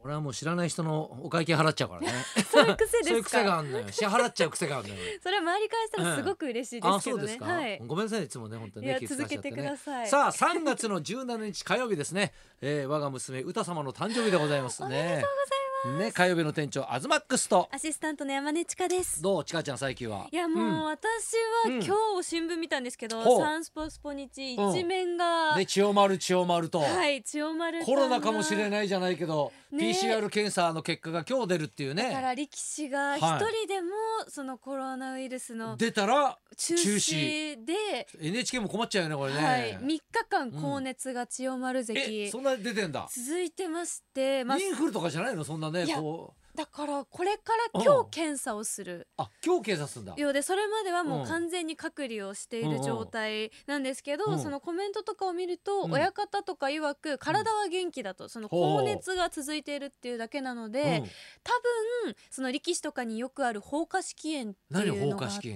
俺はもう知らない人のお会計払っちゃうからねそういう癖ですか？ そういう癖があるのよ。支払っちゃう癖があるのよそれは周りからしたらすごく嬉しいですけどね。 そうですか、 はい。 ごめんなさいいつもね本当にいやね気遣っ続けてちゃってね。 ください。 さあ3月の17日火曜日ですね、我が娘歌様の誕生日でございますね。 おめでとうございます。 ね、火曜日の店長アズマックスとアシスタントの山根千佳です。 どうちかちゃん最近は。 いやもう私はうん今日新聞見たんですけど、 ほうサンスポスポニチ一面が、 ね、千代丸と、 はい千代丸コロナかもしれい。 ないじゃないけど、 ね PCR 検査の結果が今日出るっていうだかね。 ら力士が一人でもそのコロナウイルスの出たら中止で、 NHK も困っちゃうよねこれね、 はい、3日間高熱が千代丸関、 そんな出てんだ。 続いてまして、 インフルとかじゃないのそんなねいやこう。 だからこれから今日検査をする今日検査するんだ。 ようで、それまではもう完全に隔離をしている状態なんですけど、そのコメントとかを見ると、親方とか曰く体は元気だと、その高熱が続いているっていうだけなので、多分その力士とかによくある放火式炎っていうのがあって、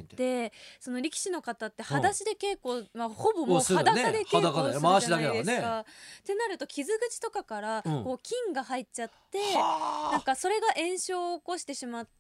その力士の方って裸足で稽古、ほぼもう裸で稽古をするじゃないですか。ってなると傷口とかからこう菌が入っちゃって、なんかそれが炎症を起こしてしまって、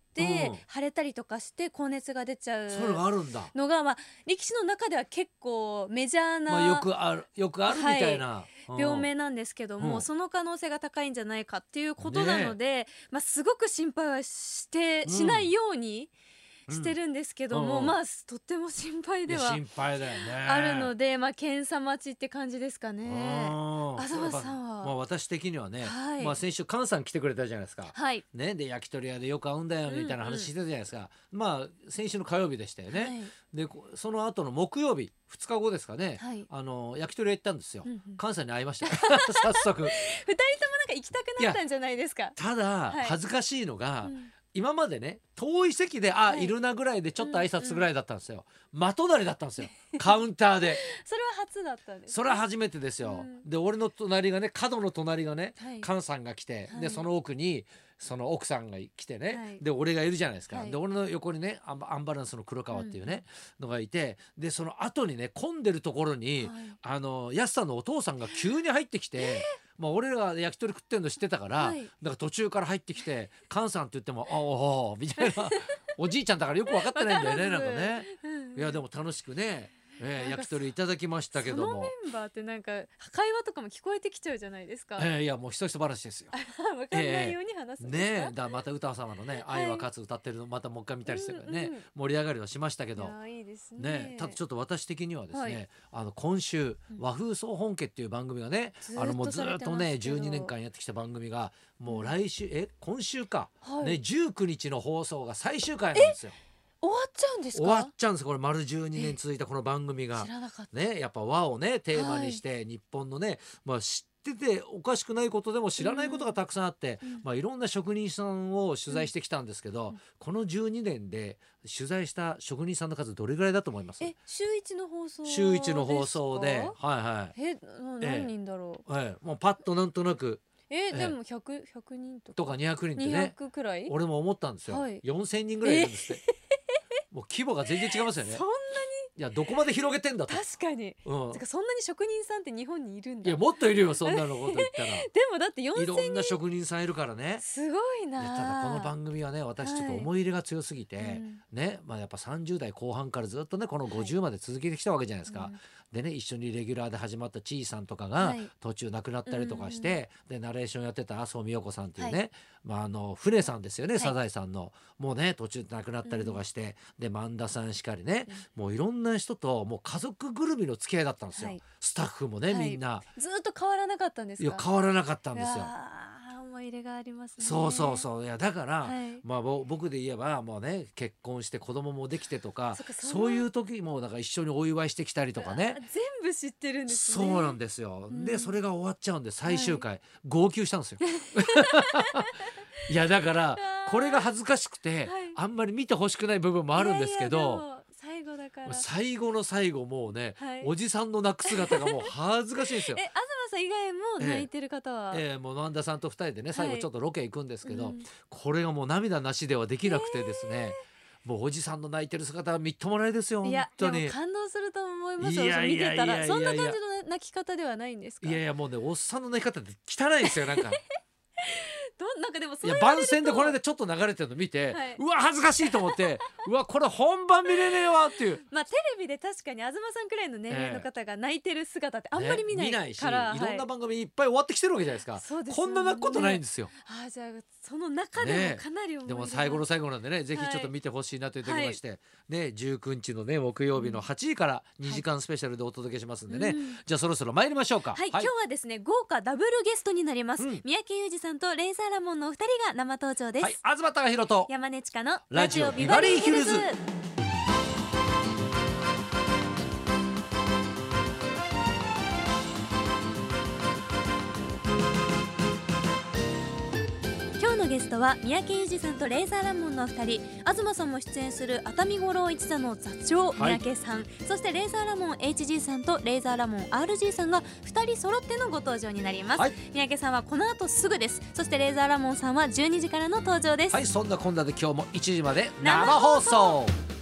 腫れたりとかして高熱が出ちゃうそういうのがあるんだ。 のが、力士の中では結構メジャーな、 よくあるみたいな、 病名なんですけども、その可能性が高いんじゃないかっていうことなので、すごく心配はしないようにしてるんですけども、とっても心配ではあるので、検査待ちって感じですかね。東さんは私的にはね、先週菅さん来てくれたじゃないですか、ね、で焼き鳥屋でよく会うんだよみたいな話してたじゃないですか。先週の火曜日でしたよね。でその後の木曜日2日後ですかね、焼き鳥屋行ったんですよ。菅さんに会いました早速。2人ともなんか行きたくなったんじゃないですか。 ただ恥ずかしいのが、今までね遠い席でいるなぐらいでちょっと挨拶ぐらいだったんですよ。真隣だったんですよカウンターで。 それは初だったんです。 それは初めてですよ。で俺の隣がね、角の隣がね、菅さんが来て、でその奥にその奥さんが来てね、で俺がいるじゃないですか。で俺の横にねアンバランスの黒川っていうね、のがいて、でその後にね混んでるところに、安さんのお父さんが急に入ってきて、俺らが焼き鳥食ってんの知ってたから、だから途中から入ってきて菅さんって言ってもおみたいなおじいちゃんだからよく分かってないんだよねなんかね。いやでも楽しくね、焼き鳥いただきましたけども、 そのメンバーってなんか会話とかも聞こえてきちゃうじゃないですか。 いやもうひと話ですよ分かんないように話すんですか。 ね。だまた歌様のね愛は勝つ歌ってるのまたもう一回見たりしてね、盛り上がりはしましたけどね。ただちょっと私的にはですね、今週和風総本家っていう番組がね、もうずっとね12年間やってきた番組がもう来週今週か、ね19日の放送が最終回なんですよ。 終わっちゃうんですか。 終わっちゃうんです。これ丸12年続いたこの番組がね、やっぱ和をねテーマにして、日本のね、知ってておかしくないことでも知らないことがたくさんあって、いろんな職人さんを取材してきたんですけど、この12年で取材した職人さんの数どれぐらいだと思います？ 週1の放送。 週1の放送で、 何人だろう。 もうパッとなんとなくでも100人とか 200人ってね、 200くらい俺も思ったんですよ。4000人ぐらいいるんですって。もう規模が全然違いますよね。 そんなに。 いやどこまで広げてんだと。 確かに、そんなに職人さんって日本にいるんだ。 いやもっといるよそんなのこと言ったらでもだって4000人、 いろんな職人さんいるからね。 すごいな。 ただこの番組はね、私ちょっと思い入れが強すぎて、ね、やっぱ30代後半からずっとねこの50まで続けてきたわけじゃないですか。でね、一緒にレギュラーで始まったちいさんとかが途中亡くなったりとかして、でナレーションやってた麻生美代子さんっていうね、船さんですよね、サザエさんの。もうね途中で亡くなったりとかして、で萬田さんしかりね、もういろんな人ともう家族ぐるみの付き合いだったんですよ。スタッフもね、みんなずっと変わらなかったんですか。 いや変わらなかったんですよ。 思い入れがありますね。 そういやだから、僕で言えばもうね結婚して子供もできてとか、そういう時もだから一緒にお祝いしてきたりとかね。 全部知ってるんですね。そうなんですよ。でそれが終わっちゃうんで最終回、号泣したんですよ。いやだからこれが恥ずかしくて、あんまり見てほしくない部分もあるんですけど、 最後だから最後の最後もうね、おじさんの泣く姿がもう恥ずかしいんですよ。 東さん以外も泣いてる方は、 もう萬田さんと2人でね最後ちょっとロケ行くんですけど、これがもう涙なしではできなくてですね、もうおじさんの泣いてる姿はみっともないですよ。本当にでも感動すると思いますよ。見てたらそんな感じの泣き方ではないんですか。 いやもうねおっさんの泣き方って汚いんですよなんか。 なんかでもいや番宣でこれでちょっと流れてるの見て、うわ恥ずかしいと思ってうわこれ本番見れねえわっていう。 まあテレビで確かに東さんくらいの年齢の方が泣いてる姿ってあんまり見ないから、 いろんな番組いっぱい終わってきてるわけじゃないですか。こんな泣くことないんですよ。 じゃあその中でもかなり思い出が、 でも最後の最後なんでね、ぜひちょっと見てほしいなというときまして、ね19日のね木曜日の8時から2時間スペシャルでお届けしますんでね、じゃあそろそろ参りましょうか。 今日はですね豪華ダブルゲストになります。三宅裕司さんとレイザーラモンのお二人が生登場です。 東貴博と山根千佳のラジオビバリーヒルズ。 今日のゲストは三宅裕司さんとレイザーラモンのお二人、東さんも出演する熱海五郎一座の座長三宅さん、そしてレイザーラモン HG さんとレイザーラモン RG さんが2人揃ってのご登場になります。三宅さんはこの後すぐです。そしてレイザーラモンさんは12時からの登場です。 そんなこんなで今日も1時まで生放送。